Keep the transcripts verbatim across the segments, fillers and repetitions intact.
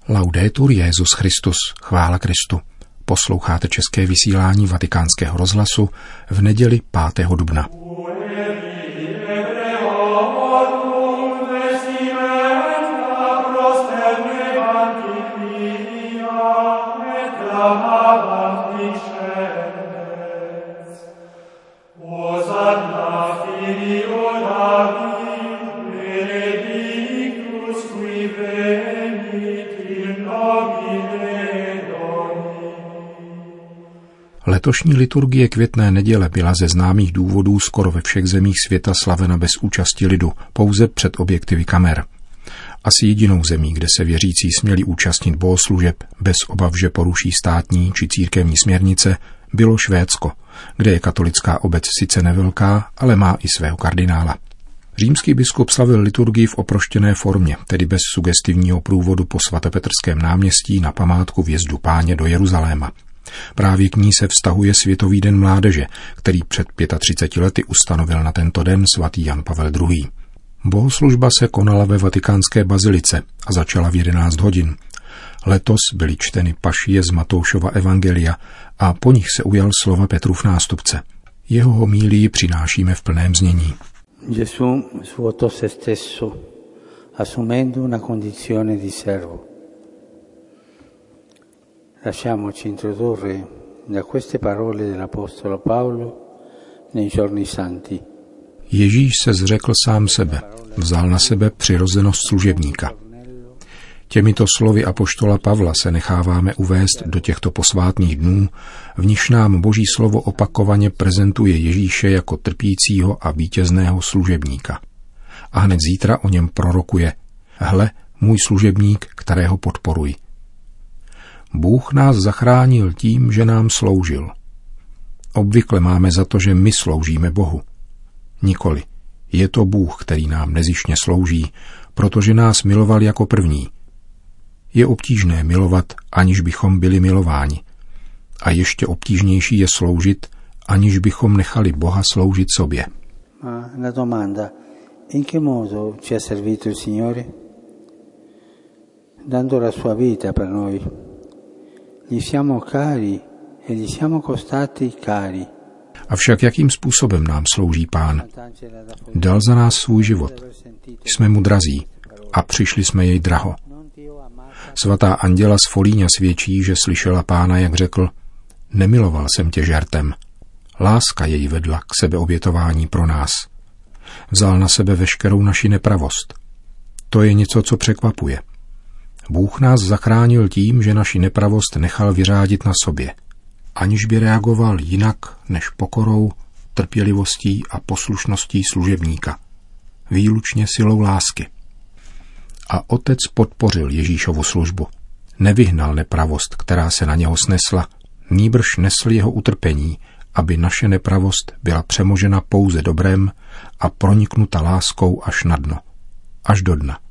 Laudetur Jesus Christus, chvála Kristu. Posloucháte české vysílání Vatikánského rozhlasu v neděli pátého dubna. Letošní liturgie květné neděle byla ze známých důvodů skoro ve všech zemích světa slavena bez účasti lidu, pouze před objektivy kamer. Asi jedinou zemí, kde se věřící směli účastnit bohoslužeb bez obav, že poruší státní či církevní směrnice, bylo Švédsko, kde je katolická obec sice nevelká, ale má i svého kardinála. Římský biskup slavil liturgii v oproštěné formě, tedy bez sugestivního průvodu po svatopetrském náměstí na památku vjezdu Páně do Jeruzaléma. Právě k ní se vztahuje Světový den mládeže, který před třiceti pěti lety ustanovil na tento den svatý Jan Pavel druhý. Bohoslužba se konala ve vatikánské bazilice a začala v jedenáct hodin. Letos byly čteny pašie z Matoušova evangelia a po nich se ujal slova Petrův nástupce. Jeho homílii přinášíme v plném znění. Gesù svuotò se stesso, assumendo una condizione di servo. Lasciamoci introdurre da queste parole dell'Apostolo Paolo nei giorni santi. Ježíš se zřekl sám sebe, vzal na sebe přirozenost služebníka. Těmito slovy apoštola Pavla se necháváme uvést do těchto posvátných dnů, v nichž nám Boží slovo opakovaně prezentuje Ježíše jako trpícího a vítězného služebníka. A hned zítra o něm prorokuje: Hle, můj služebník, kterého podporuji. Bůh nás zachránil tím, že nám sloužil. Obvykle máme za to, že my sloužíme Bohu. Nikoli. Je to Bůh, který nám nezištně slouží, protože nás miloval jako první. Je obtížné milovat, aniž bychom byli milováni. A ještě obtížnější je sloužit, aniž bychom nechali Boha sloužit sobě. Ma la domanda, in che modo ci ha servito il Signore? Dando la sua vita per noi. Gli siamo cari e gli siamo costati cari. Avšak jakým způsobem nám slouží Pán? Dal za nás svůj život. Jsme mu drazí a přišli jsme jej draho. Svatá Anděla z Folíňa svědčí, že slyšela Pána, jak řekl: Nemiloval jsem tě žertem. Láska jej vedla k sebeobětování pro nás. Vzal na sebe veškerou naši nepravost. To je něco, co překvapuje. Bůh nás zachránil tím, že naši nepravost nechal vyřádit na sobě, aniž by reagoval jinak než pokorou, trpělivostí a poslušností služebníka, výlučně silou lásky. A Otec podpořil Ježíšovu službu. Nevyhnal nepravost, která se na něho snesla, nýbrž nesl jeho utrpení, aby naše nepravost byla přemožena pouze dobrem a proniknuta láskou až na dno, až do dna.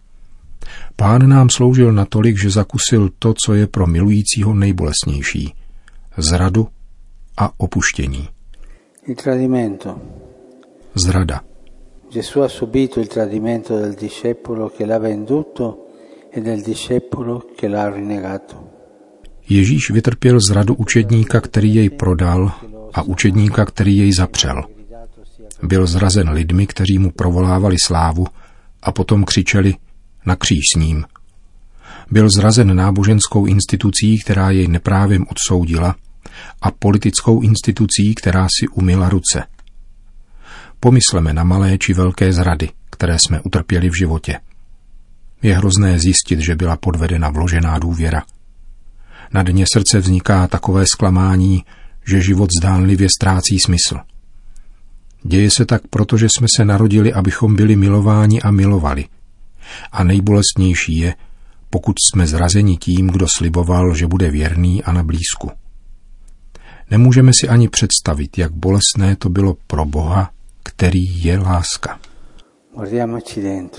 Pán nám sloužil natolik, že zakusil to, co je pro milujícího nejbolestnější: zradu a opuštění. Il tradimento. Zrada. Gesù ha subito il tradimento del discepolo che l'ha venduto e del discepolo che l'ha rinnegato. Ježíš vytrpěl zradu učedníka, který jej prodal, a učedníka, který jej zapřel. Byl zrazen lidmi, kteří mu provolávali slávu a potom křičeli: Na kříž s ním. Byl zrazen náboženskou institucí, která jej neprávem odsoudila, a politickou institucí, která si umyla ruce. Pomysleme na malé či velké zrady, které jsme utrpěli v životě. Je hrozné zjistit, že byla podvedena vložená důvěra. Na dně srdce vzniká takové zklamání, že život zdánlivě ztrácí smysl. Děje se tak, protože jsme se narodili, abychom byli milováni a milovali. A nejbolestnější je, pokud jsme zrazeni tím, kdo sliboval, že bude věrný a na blízku. Nemůžeme si ani představit, jak bolestné to bylo pro Boha, který je láska. Guardiamoci dentro.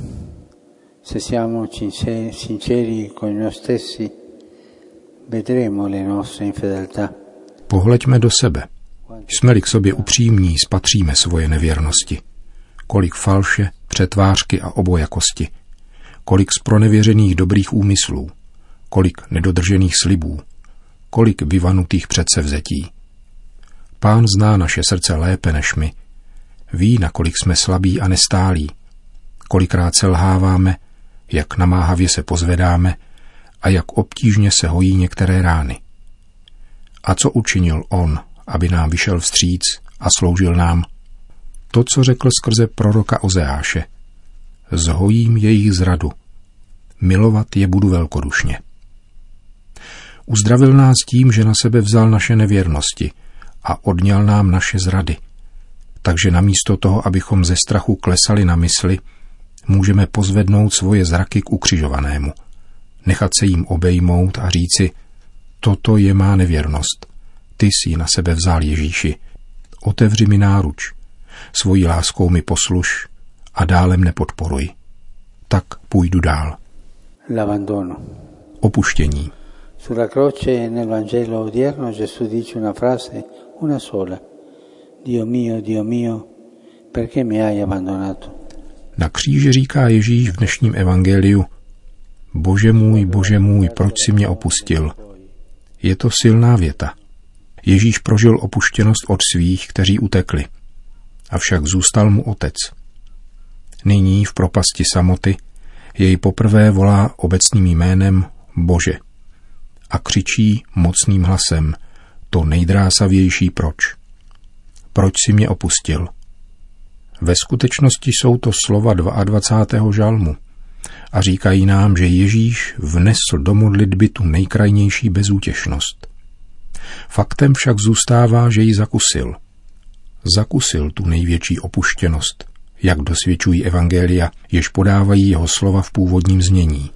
Se siamo sinceri con noi stessi, vedremo le nostre infedeltà. Pohleďme do sebe. Jsme-li k sobě upřímní, spatříme svoje nevěrnosti. Kolik falše, přetvářky a obojakosti. kolik zpronevěřených dobrých úmyslů, kolik nedodržených slibů, kolik vyvanutých předsevzetí. Pán zná naše srdce lépe než my, ví, nakolik jsme slabí a nestálí, kolikrát selháváme, jak namáhavě se pozvedáme a jak obtížně se hojí některé rány. A co učinil on, aby nám vyšel vstříc a sloužil nám? To, co řekl skrze proroka Ozeáše. Zhojím jejich zradu. Milovat je budu velkodušně. Uzdravil nás tím, že na sebe vzal naše nevěrnosti a odňal nám naše zrady. Takže namísto toho, abychom ze strachu klesali na mysli, můžeme pozvednout svoje zraky k ukřižovanému, nechat se jim obejmout a říci, toto je má nevěrnost. Ty jsi na sebe vzal, Ježíši. Otevři mi náruč. Svojí láskou mi posluš a dále mne podporuj. Tak půjdu dál. L'abbandono. Opuštění. Sulla croce nel Vangelo odierno Gesù dice una frase, una sola. Dio mio, Dio mio, perché mi hai abbandonato? Na kříži říká Ježíš v dnešním evangeliu: Bože můj, Bože můj, proč jsi mě opustil? Je to silná věta. Ježíš prožil opuštěnost od svých, kteří utekli. Avšak zůstal mu otec. Nyní v propasti samoty jej poprvé volá obecným jménem Bože a křičí mocným hlasem to nejdrásavější proč. Proč jsi mě opustil? Ve skutečnosti jsou to slova dvacátého druhého žalmu a říkají nám, že Ježíš vnesl do modlitby tu nejkrajnější bezútěšnost. Faktem však zůstává, že ji zakusil. Zakusil tu největší opuštěnost, jak dosvědčují evangelia, jež podávají jeho slova v původním znění.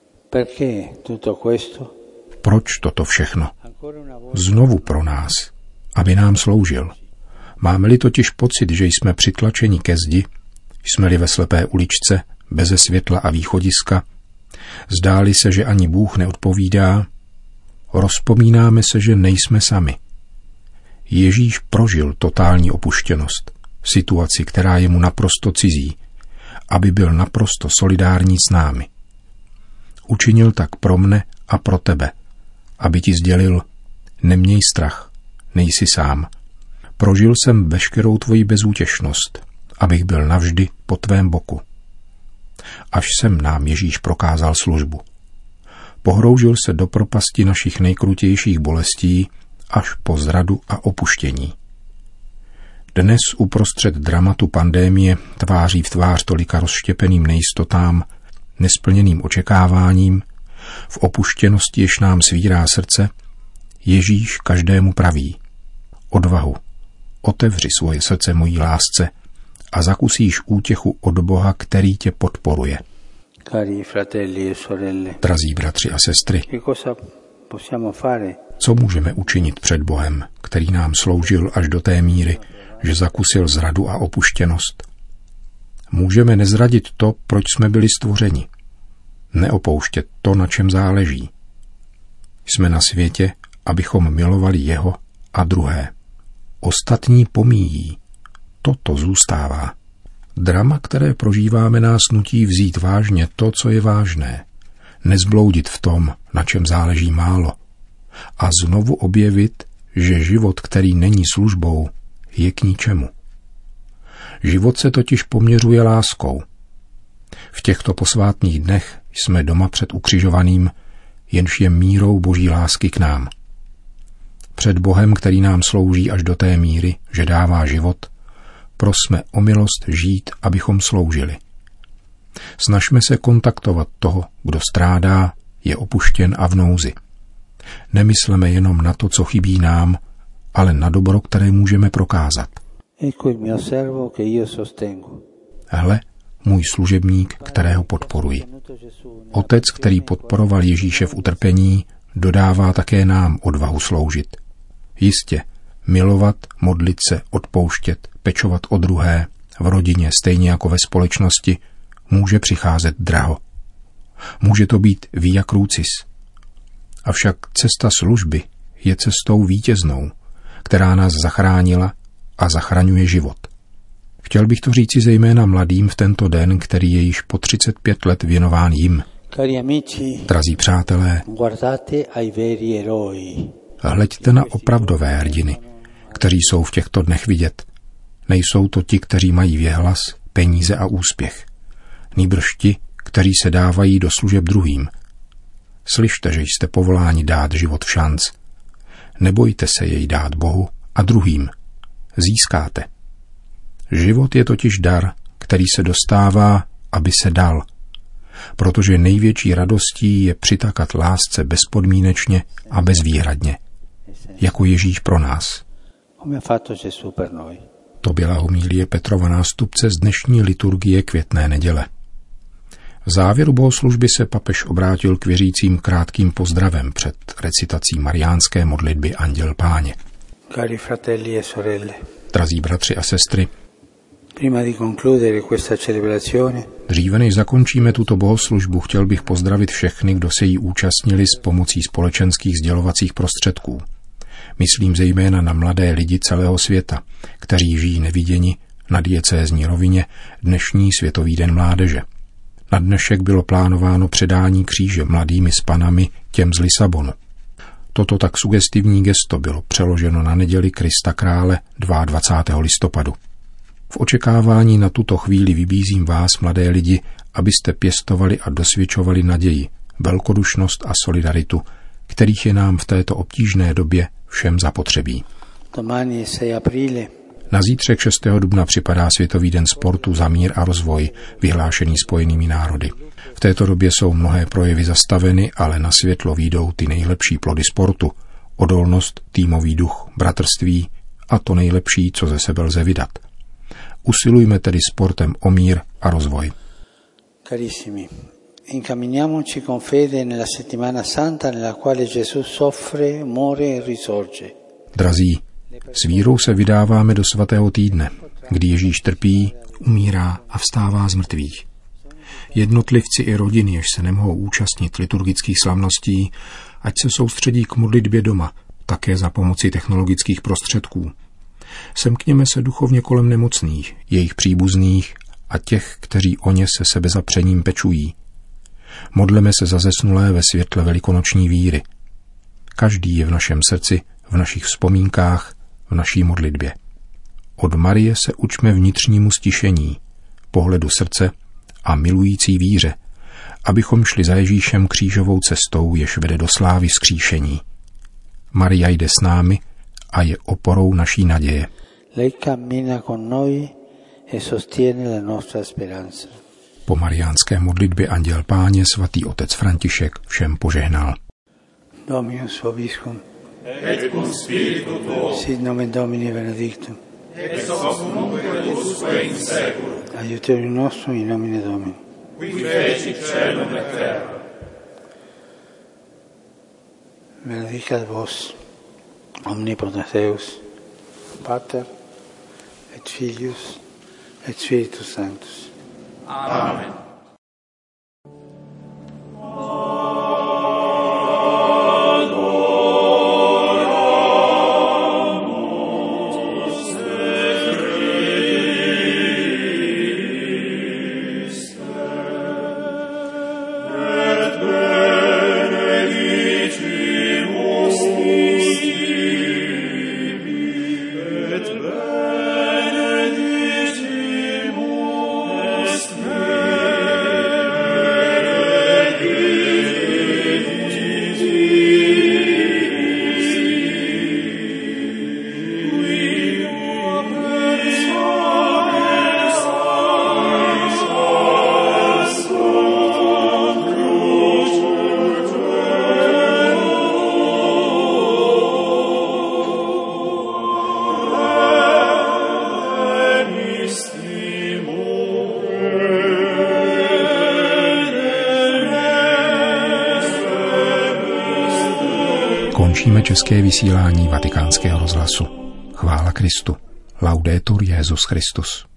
Proč toto všechno? Znovu pro nás, aby nám sloužil. Máme-li totiž pocit, že jsme přitlačeni ke zdi, jsme-li ve slepé uličce, beze světla a východiska, zdáli se, že ani Bůh neodpovídá, rozpomínáme se, že nejsme sami. Ježíš prožil totální opuštěnost, situaci, která je mu naprosto cizí, aby byl naprosto solidární s námi. Učinil tak pro mne a pro tebe, aby ti sdělil, neměj strach, nejsi sám. Prožil jsem veškerou tvoji bezútěšnost, abych byl navždy po tvém boku. Až sem nám Ježíš prokázal službu. Pohroužil se do propasti našich nejkrutějších bolestí až po zradu a opuštění. Dnes uprostřed dramatu pandémie, tváří v tvář tolika rozštěpeným nejistotám, nesplněným očekáváním, v opuštěnosti, jež nám svírá srdce, Ježíš každému praví: odvahu, otevři svoje srdce mojí lásce a zakusíš útěchu od Boha, který tě podporuje. Cari fratelli e sorelle, drazí bratři a sestry, che cosa possiamo fare? Co můžeme učinit před Bohem, který nám sloužil až do té míry, že zakusil zradu a opuštěnost? Můžeme nezradit to, proč jsme byli stvořeni. Neopouštět to, na čem záleží. Jsme na světě, abychom milovali jeho a druhé. Ostatní pomíjí. Toto zůstává. Drama, které prožíváme, nás nutí vzít vážně to, co je vážné. Nezbloudit v tom, na čem záleží málo. A znovu objevit, že život, který není službou, je k ničemu. Život se totiž poměřuje láskou. V těchto posvátných dnech jsme doma před ukřižovaným, jenž je mírou Boží lásky k nám. Před Bohem, který nám slouží až do té míry, že dává život, prosme o milost žít, abychom sloužili. Snažme se kontaktovat toho, kdo strádá, je opuštěn a v nouzi. Nemysleme jenom na to, co chybí nám, ale na dobro, které můžeme prokázat. Hle, můj služebník, kterého podporuji. Otec, který podporoval Ježíše v utrpení, dodává také nám odvahu sloužit. Jistě, milovat, modlit se, odpouštět, pečovat o druhé, v rodině stejně jako ve společnosti, může přicházet draho. Může to být via crucis. Avšak cesta služby je cestou vítěznou, která nás zachránila a zachraňuje život. Chtěl bych to říci zejména mladým v tento den, který je již po třicet pět let věnován jim. Drazí přátelé, hleďte na opravdové hrdiny, kteří jsou v těchto dnech vidět. Nejsou to ti, kteří mají věhlas, peníze a úspěch. Nýbrž ti, kteří se dávají do služeb druhým. Slyšte, že jste povoláni dát život v šanc. Nebojte se jej dát Bohu a druhým. Získáte. Život je totiž dar, který se dostává, aby se dal. Protože největší radostí je přitakat lásce bezpodmínečně a bezvýhradně. Jako Ježíš pro nás. To byla homilie Petrova nástupce z dnešní liturgie květné neděle. V závěru bohoslužby se papež obrátil k věřícím krátkým pozdravem před recitací mariánské modlitby Anděl Páně. Cari fratelli e sorelle. Drazí bratři a sestry, prima di concludere questa celebrazione, dříve než zakončíme tuto bohoslužbu, chtěl bych pozdravit všechny, kdo se jí účastnili s pomocí společenských sdělovacích prostředků. Myslím zejména na mladé lidi celého světa, kteří žijí neviděni na diecézní rovině dnešní Světový den mládeže. Na dnešek bylo plánováno předání kříže mladými s panami těm z Lisabonu. Toto tak sugestivní gesto bylo přeloženo na neděli Krista Krále dvacátého druhého listopadu. V očekávání na tuto chvíli vybízím vás, mladé lidi, abyste pěstovali a dosvědčovali naději, velkodušnost a solidaritu, kterých je nám v této obtížné době všem zapotřebí. Na zítřek šestého dubna připadá Světový den sportu za mír a rozvoj, vyhlášený Spojenými národy. V této době jsou mnohé projevy zastaveny, ale na světlo výjdou ty nejlepší plody sportu, odolnost, týmový duch, bratrství a to nejlepší, co ze sebe lze vydat. Usilujme tedy sportem o mír a rozvoj. Carissimi, incamminiamoci con fede nella settimana santa nella quale Gesù soffre, muore e risorge. Drazí, s vírou se vydáváme do svatého týdne, kdy Ježíš trpí, umírá a vstává z mrtvých. Jednotlivci i rodiny, jež se nemohou účastnit liturgických slavností, ať se soustředí k modlitbě doma, také za pomoci technologických prostředků. Semkněme se duchovně kolem nemocných, jejich příbuzných a těch, kteří o ně se sebezapřením pečují. Modleme se za zesnulé ve světle velikonoční víry. Každý je v našem srdci, v našich vzpomínkách, v naší modlitbě. Od Marie se učme vnitřnímu stišení, pohledu srdce a milující víře, abychom šli za Ježíšem křížovou cestou, jež vede do slávy vzkříšení. Maria jde s námi a je oporou naší naděje. Po mariánské modlitbě Anděl Páně svatý otec František všem požehnal. Dominus vobiscum. Et cum spiritu tuo. Sit nomen Domini benedictum. Ex hoc nunc et usque in seculum. Aiuterium nostrum in nomine Domini. Qui fecit caelum et terra. Benedicat vos, omnipotens Deus, Pater et Filius et Spiritus Sanctus. Amen. Končíme české vysílání Vatikánského rozhlasu. Chvála Kristu. Laudetur Jesus Christus.